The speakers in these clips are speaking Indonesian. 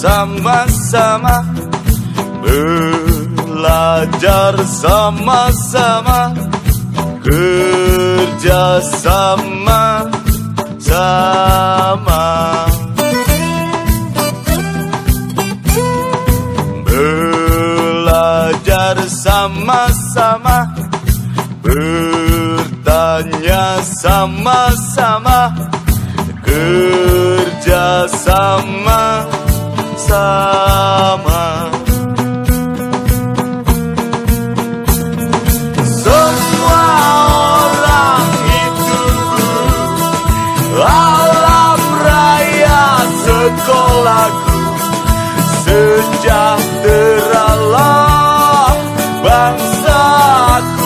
sama-sama, belajar sama-sama, kerja sama-sama, belajar sama-sama, bertanya sama-sama, kerja sama-sama. Semua orang itu alam raya sekolahku, sejahteralah bangsaku.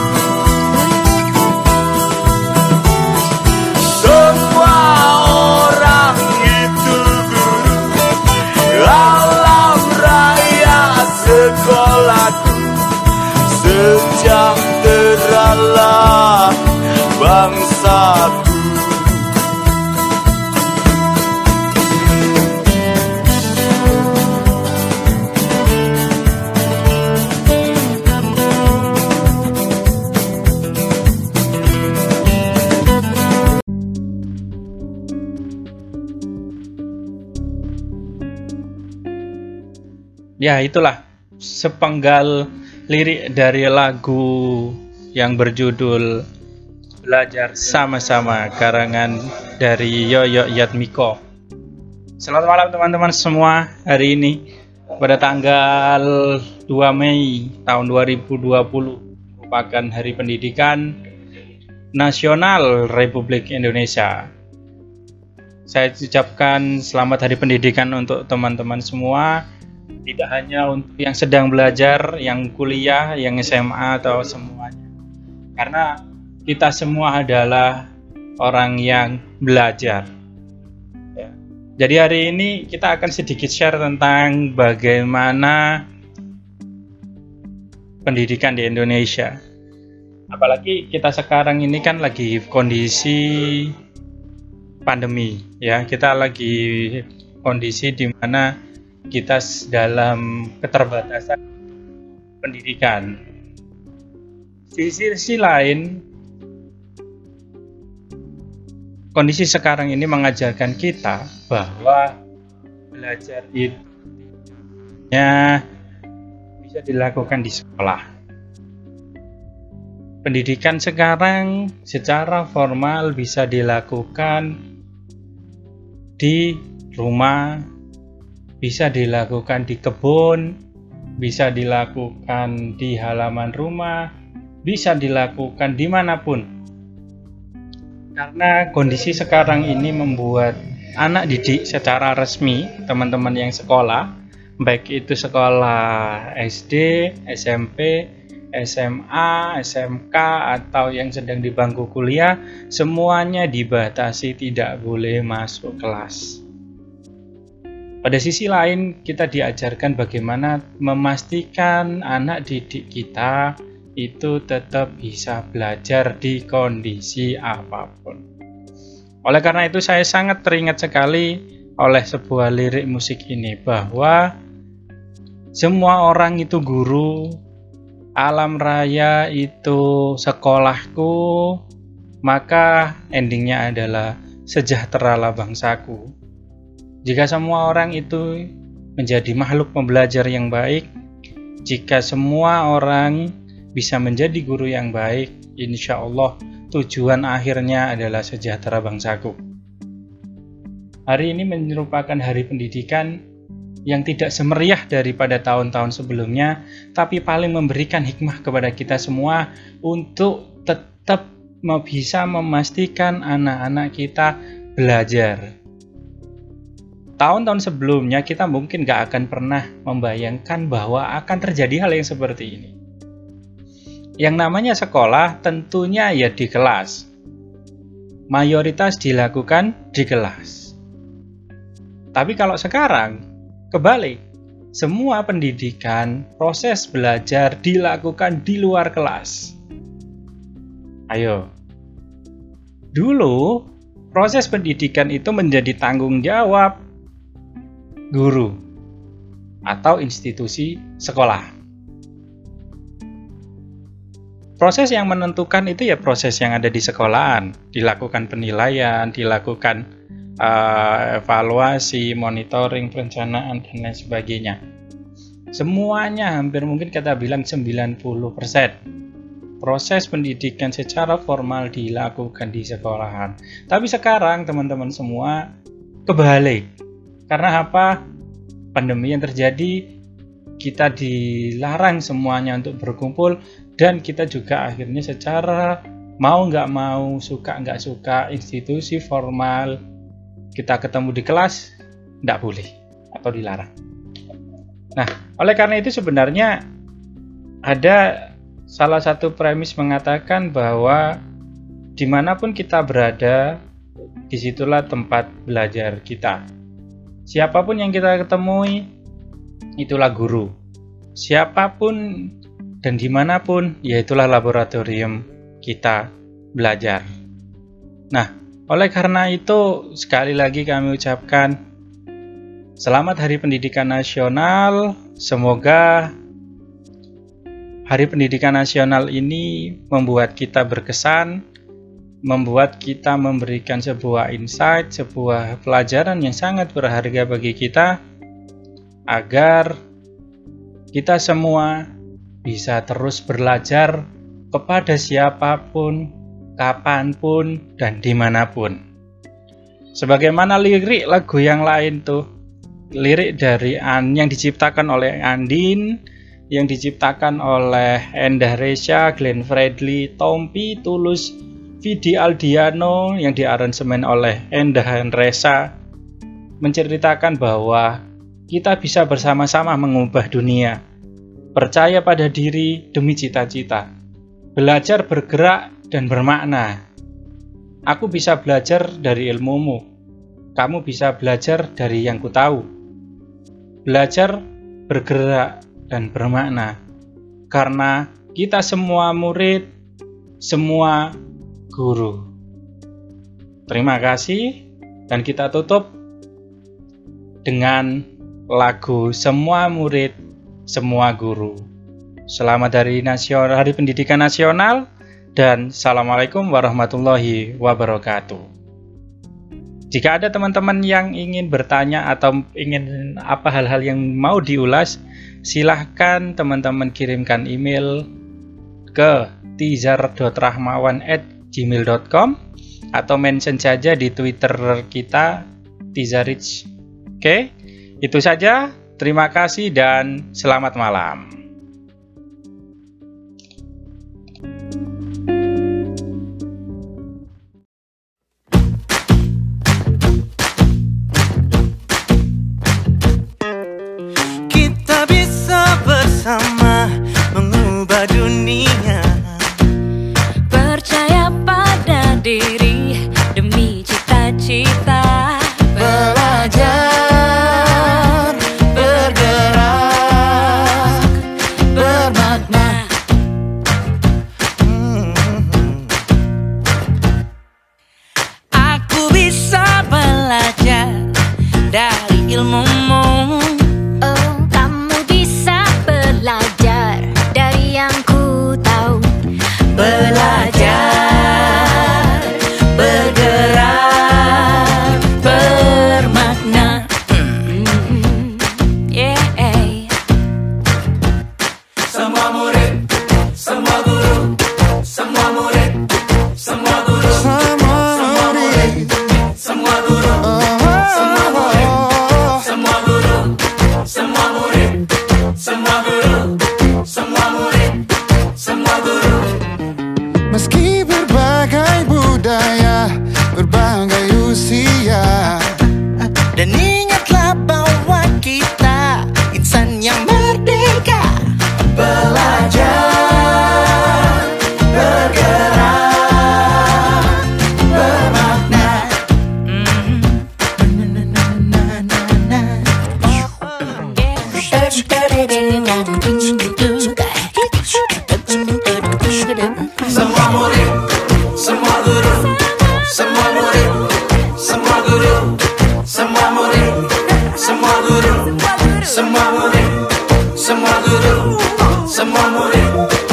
Semua orang itu guru, alam raya sekolahku, sejahteralah bangsaku. Ya, itulah sepenggal lirik dari lagu yang berjudul Belajar Sama-sama, karangan dari Yoyo Yadmiko. Selamat malam teman-teman semua. Hari ini pada tanggal 2 Mei tahun 2020 merupakan Hari Pendidikan Nasional Republik Indonesia. Saya ucapkan selamat Hari Pendidikan untuk teman-teman semua. Tidak hanya untuk yang sedang belajar, yang kuliah, yang SMA atau semuanya. Karena kita semua adalah orang yang belajar. Ya. Jadi hari ini kita akan sedikit share tentang bagaimana pendidikan di Indonesia. Apalagi kita sekarang ini kan lagi kondisi pandemi, ya. Kita lagi kondisi di mana kita dalam keterbatasan pendidikan. Di sisi lain, kondisi sekarang ini mengajarkan kita bahwa belajar itu bisa dilakukan di sekolah. Pendidikan sekarang secara formal bisa dilakukan di rumah, bisa dilakukan di kebun, bisa dilakukan di halaman rumah, bisa dilakukan dimanapun. Karena kondisi sekarang ini membuat anak didik secara resmi, teman-teman yang sekolah, baik itu sekolah SD, SMP, SMA, SMK, atau yang sedang di bangku kuliah, semuanya dibatasi tidak boleh masuk kelas. Pada sisi lain, kita diajarkan bagaimana memastikan anak didik kita itu tetap bisa belajar di kondisi apapun. Oleh karena itu, saya sangat teringat sekali oleh sebuah lirik musik ini, bahwa semua orang itu guru, alam raya itu sekolahku, maka endingnya adalah sejahteralah bangsaku. Jika semua orang itu menjadi makhluk pembelajar yang baik, jika semua orang bisa menjadi guru yang baik, insya Allah tujuan akhirnya adalah sejahtera bangsaku. Hari ini merupakan hari pendidikan yang tidak semeriah daripada tahun-tahun sebelumnya, tapi paling memberikan hikmah kepada kita semua untuk tetap bisa memastikan anak-anak kita belajar. Tahun-tahun sebelumnya kita mungkin gak akan pernah membayangkan bahwa akan terjadi hal yang seperti ini. Yang namanya sekolah tentunya ya di kelas. Mayoritas dilakukan di kelas. Tapi kalau sekarang, kebalik. Semua pendidikan, proses belajar dilakukan di luar kelas. Ayo. Dulu, proses pendidikan itu menjadi tanggung jawab guru. atau institusi sekolah. Proses yang menentukan itu ya proses yang ada di sekolahan, dilakukan penilaian, dilakukan evaluasi, monitoring, perencanaan, dan lain sebagainya. Semuanya hampir mungkin kita bilang 90% proses pendidikan secara formal dilakukan di sekolahan. Tapi sekarang teman-teman semua kebalik. Karena apa? Pandemi yang terjadi, kita dilarang semuanya untuk berkumpul, dan kita juga akhirnya secara mau nggak mau, suka nggak suka, institusi formal kita ketemu di kelas nggak boleh atau dilarang. Nah, oleh karena itu sebenarnya ada salah satu premis mengatakan bahwa dimanapun kita berada, disitulah tempat belajar kita. Siapapun yang kita ketemui, itulah guru. Siapapun dan dimanapun, ya itulah laboratorium kita belajar. Nah, oleh karena itu, sekali lagi kami ucapkan selamat Hari Pendidikan Nasional. Semoga Hari Pendidikan Nasional ini membuat kita berkesan, membuat kita memberikan sebuah insight, sebuah pelajaran yang sangat berharga bagi kita, agar kita semua bisa terus belajar kepada siapapun, kapanpun, dan dimanapun. Sebagaimana lirik lagu yang lain tuh, lirik dari yang diciptakan oleh Andin, yang diciptakan oleh Endah Resya, Glenn Fredly, Tompi, Tulus, Vidi Aldiano, yang diaransemen oleh Endah Resa, menceritakan bahwa kita bisa bersama-sama mengubah dunia, percaya pada diri demi cita-cita, belajar bergerak dan bermakna. Aku bisa belajar dari ilmumu, kamu bisa belajar dari yang ku tahu. Belajar, bergerak, dan bermakna, karena kita semua murid, semua guru. Terima kasih, dan kita tutup dengan lagu Semua Murid, Semua Guru. Selamat Hari Pendidikan Nasional, dan Assalamualaikum warahmatullahi wabarakatuh. Jika ada teman-teman yang ingin bertanya atau ingin hal-hal yang mau diulas, silahkan teman-teman kirimkan email ke tizar.rahmawan@gmail.com atau mention saja di Twitter kita Tizarich. Oke, itu saja. Terima kasih dan selamat malam. Kita bisa bersama mengubah dunia. Percaya pada diri demi cita-cita. Belajar, bergerak, bermakna. Aku bisa belajar dari ilmumu. Oh, kamu bisa belajar dari yang ku tahu. Belajar, bergerak, bermakna. Yeah. Semua murid, semua guru, semua murid, semua guru, semua murid, semua guru, semua murid, semua guru, semua murid, semua guru, semua murid, semua guru. Meski berbagai budaya, berbagai usia, dan ingatlah bahwa kita insan yang merdeka. Belajar, bergerak, bermakna. Semua murid, semua guru, semua murid, semua guru, semua murid, semua guru, semua murid, semua guru, semua murid.